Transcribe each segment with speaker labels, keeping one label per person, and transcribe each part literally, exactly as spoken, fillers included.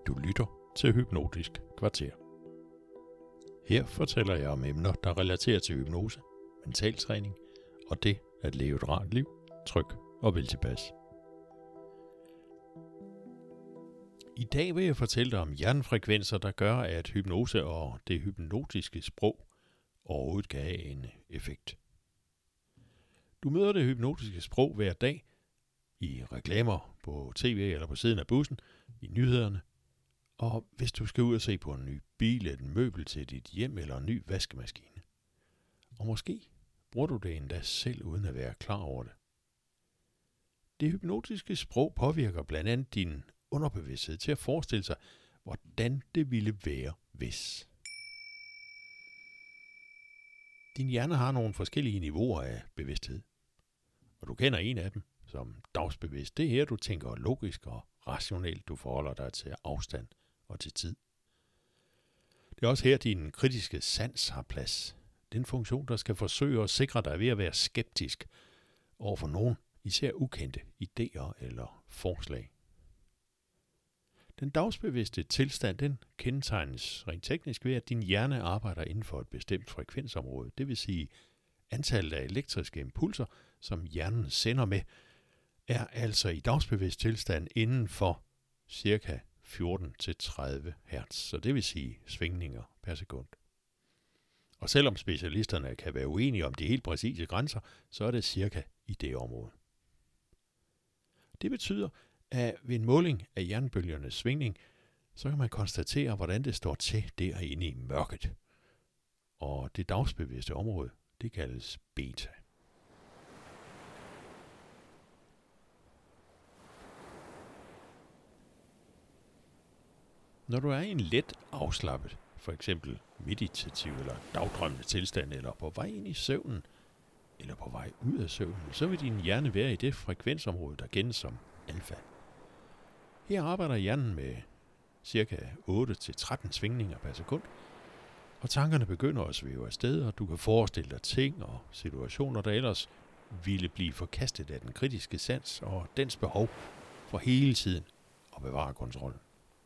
Speaker 1: Du lytter til Hypnotisk Kvarter. Her fortæller jeg om emner, der relaterer til hypnose, mentaltræning og det at leve et rart liv, tryg og vel tilpas. I dag vil jeg fortælle dig om hjernefrekvenser, der gør, at hypnose og det hypnotiske sprog overhovedet kan have en effekt. Du møder det hypnotiske sprog hver dag i reklamer på tv eller på siden af bussen, i nyhederne, og hvis du skal ud og se på en ny bil, et møbel til dit hjem eller en ny vaskemaskine. Og måske bruger du det endda selv uden at være klar over det. Det hypnotiske sprog påvirker blandt andet din underbevidsthed til at forestille sig, hvordan det ville være, hvis. Din hjerne har nogle forskellige niveauer af bevidsthed, og du kender en af dem som dagsbevidst. Det er her, du tænker logisk og rationelt, du forholder dig til afstand og til tid. Det er også her, din kritiske sans har plads. Den funktion, der skal forsøge at sikre dig ved at være skeptisk over for nogen, især ukendte idéer eller forslag. Den dagsbevidste tilstand, den kendetegnes rent teknisk ved, at din hjerne arbejder inden for et bestemt frekvensområde. Det vil sige, antallet af elektriske impulser, som hjernen sender med, er altså i dagsbevidst tilstand inden for ca. fjorten til tredive hertz, så det vil sige svingninger per sekund. Og selvom specialisterne kan være uenige om de helt præcise grænser, så er det cirka i det område. Det betyder, at ved en måling af hjernebølgernes svingning, så kan man konstatere, hvordan det står til derinde i mørket. Og det dagsbevidste område, det kaldes beta. Når du er i en let afslappet, for eksempel meditativ eller dagdrømmende tilstand, eller på vej ind i søvnen, eller på vej ud af søvnen, så vil din hjerne være i det frekvensområde, der kendes som alfa. Her arbejder hjernen med ca. otte til tretten svingninger per sekund, og tankerne begynder at svæve afsted, og du kan forestille dig ting og situationer, der ellers ville blive forkastet af den kritiske sans og dens behov for hele tiden at bevare kontrollen.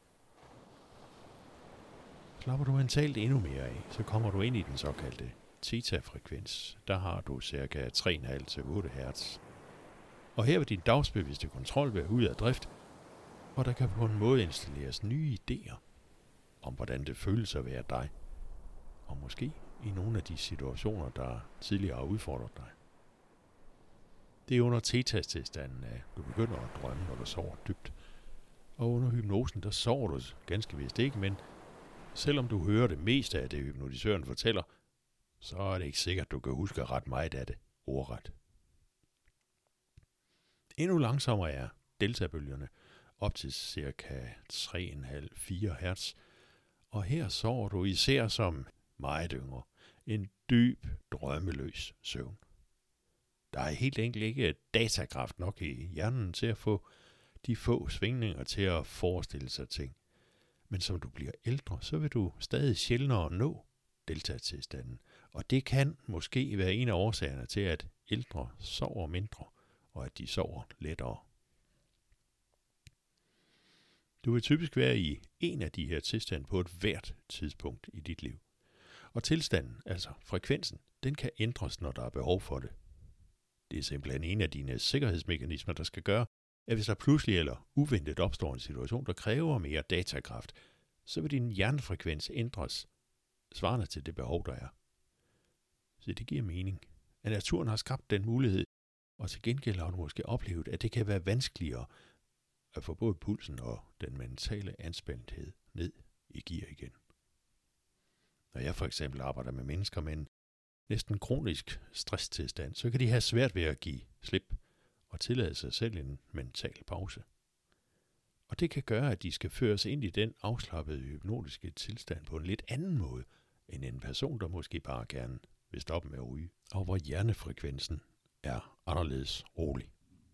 Speaker 1: Slapper du mentalt endnu mere af, så kommer du ind i den såkaldte theta-frekvens. Der har du ca. tre komma fem til otte hertz. Og her vil din dagsbevidste kontrol være ude af drift, og der kan på en måde installeres nye idéer om, hvordan det føles at være dig. Og måske i nogle af de situationer, der tidligere har udfordret dig. Det er under theta-tilstanden, at du begynder at drømme, når du sover dybt. Og under hypnosen, der sover du ganske vist ikke, men selvom du hører det meste af det, hypnotisøren fortæller, så er det ikke sikkert, at du kan huske ret meget af det ordret. Endnu langsommere er deltabølgerne op til ca. tre komma fem til fire hertz, og her sover du især som meget yngre, en dyb, drømmeløs søvn. Der er helt enkelt ikke datakraft nok i hjernen til at få de få svingninger til at forestille sig ting. Men som du bliver ældre, så vil du stadig sjældnere nå delta-tilstanden. Og det kan måske være en af årsagerne til, at ældre sover mindre, og at de sover lettere. Du vil typisk være i en af de her tilstande på et hvert tidspunkt i dit liv. Og tilstanden, altså frekvensen, den kan ændres, når der er behov for det. Det er simpelthen en af dine sikkerhedsmekanismer, der skal gøre, at hvis der pludselig eller uventet opstår en situation, der kræver mere datakraft, så vil din hjernefrekvens ændres, svarende til det behov, der er. Så det giver mening, at naturen har skabt den mulighed, og til gengæld har du måske oplevet, at det kan være vanskeligere at få både pulsen og den mentale anspændthed ned i gear igen. Når jeg for eksempel arbejder med mennesker med en næsten kronisk stresstilstand, så kan de have svært ved at give slip og tillade sig selv en mental pause. Og det kan gøre, at de skal føres ind i den afslappede hypnotiske tilstand på en lidt anden måde, end en person, der måske bare gerne vil stoppe med at ryge, og hvor hjernefrekvensen er anderledes rolig.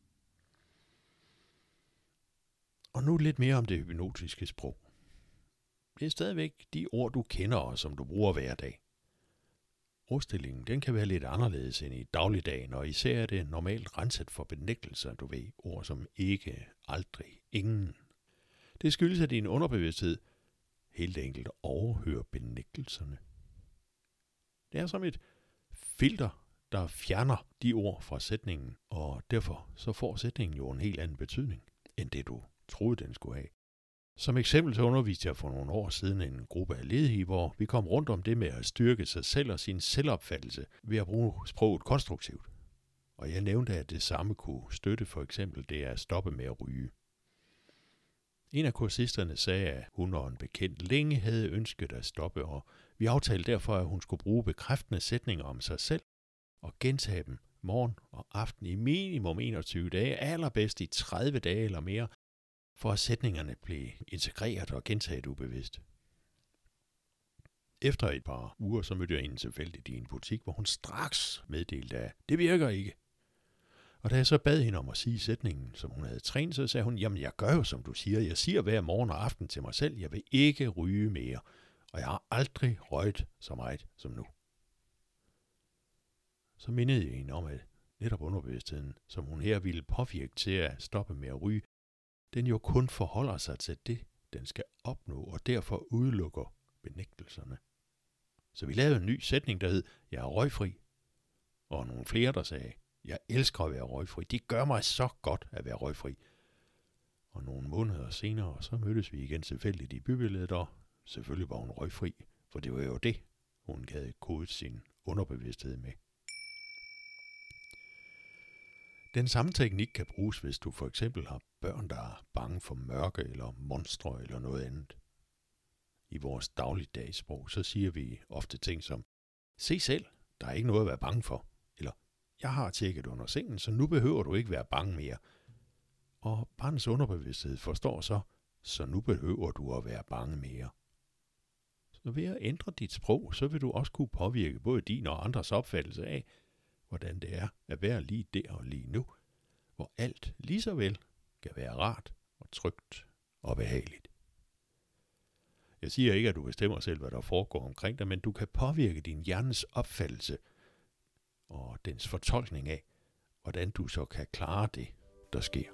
Speaker 1: Og nu lidt mere om det hypnotiske sprog. Det er stadigvæk de ord, du kender og som du bruger hver dag. Ordstillingen, den kan være lidt anderledes end i dagligdagen, og især er det normalt renset for benægtelser, du ved, ord som ikke, aldrig, ingen. Det skyldes, at din underbevidsthed helt enkelt overhører benægtelserne. Det er som et filter, der fjerner de ord fra sætningen, og derfor så får sætningen jo en helt anden betydning, end det du troede, den skulle have. Som eksempel så underviste jeg for nogle år siden en gruppe af ledige, hvor vi kom rundt om det med at styrke sig selv og sin selvopfattelse ved at bruge sproget konstruktivt. Og jeg nævnte, at det samme kunne støtte for eksempel det at stoppe med at ryge. En af kursisterne sagde, at hun og en bekendt længe havde ønsket at stoppe, og vi aftalte derfor, at hun skulle bruge bekræftende sætninger om sig selv og gentage dem morgen og aften i minimum enogtyve dage, allerbedst i tredive dage eller mere, for at sætningerne blev integreret og gentaget ubevidst. Efter et par uger, så mødte jeg hende tilfældigt i en butik, hvor hun straks meddelte, at det virker ikke. Og da jeg så bad hende om at sige sætningen, som hun havde trænet, så sagde hun, jamen jeg gør jo som du siger, jeg siger hver morgen og aften til mig selv, jeg vil ikke ryge mere, og jeg har aldrig røget så meget som nu. Så mindede jeg hende om, at netop underbevidstheden, som hun her ville påvirke til at stoppe med at ryge, den jo kun forholder sig til det, den skal opnå, og derfor udelukker benægtelserne. Så vi lavede en ny sætning, der hed, jeg er røgfri, og nogle flere, der sagde, jeg elsker at være røgfri, det gør mig så godt at være røgfri. Og nogle måneder senere, så mødtes vi igen tilfældigt i bybilledet, og selvfølgelig var hun røgfri, for det var jo det, hun havde kodet sin underbevidsthed med. Den samme teknik kan bruges, hvis du for eksempel har børn, der er bange for mørke eller monstre eller noget andet. I vores dagligdagssprog, så siger vi ofte ting som, se selv, der er ikke noget at være bange for. Eller, jeg har tjekket under sengen, så nu behøver du ikke være bange mere. Og barnets underbevidsthed forstår så, så nu behøver du at være bange mere. Så ved at ændre dit sprog, så vil du også kunne påvirke både din og andres opfattelse af, hvordan det er at være lige der og lige nu, hvor alt lige så vel kan være rart og trygt og behageligt. Jeg siger ikke, at du bestemmer selv, hvad der foregår omkring dig, men du kan påvirke din hjernes opfattelse og dens fortolkning af, hvordan du så kan klare det, der sker.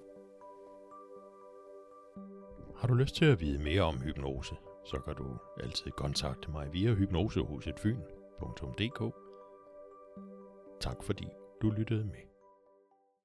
Speaker 1: Har du lyst til at vide mere om hypnose, så kan du altid kontakte mig via hypnosehusetfyn punktum d k. Tak fordi du lyttede med.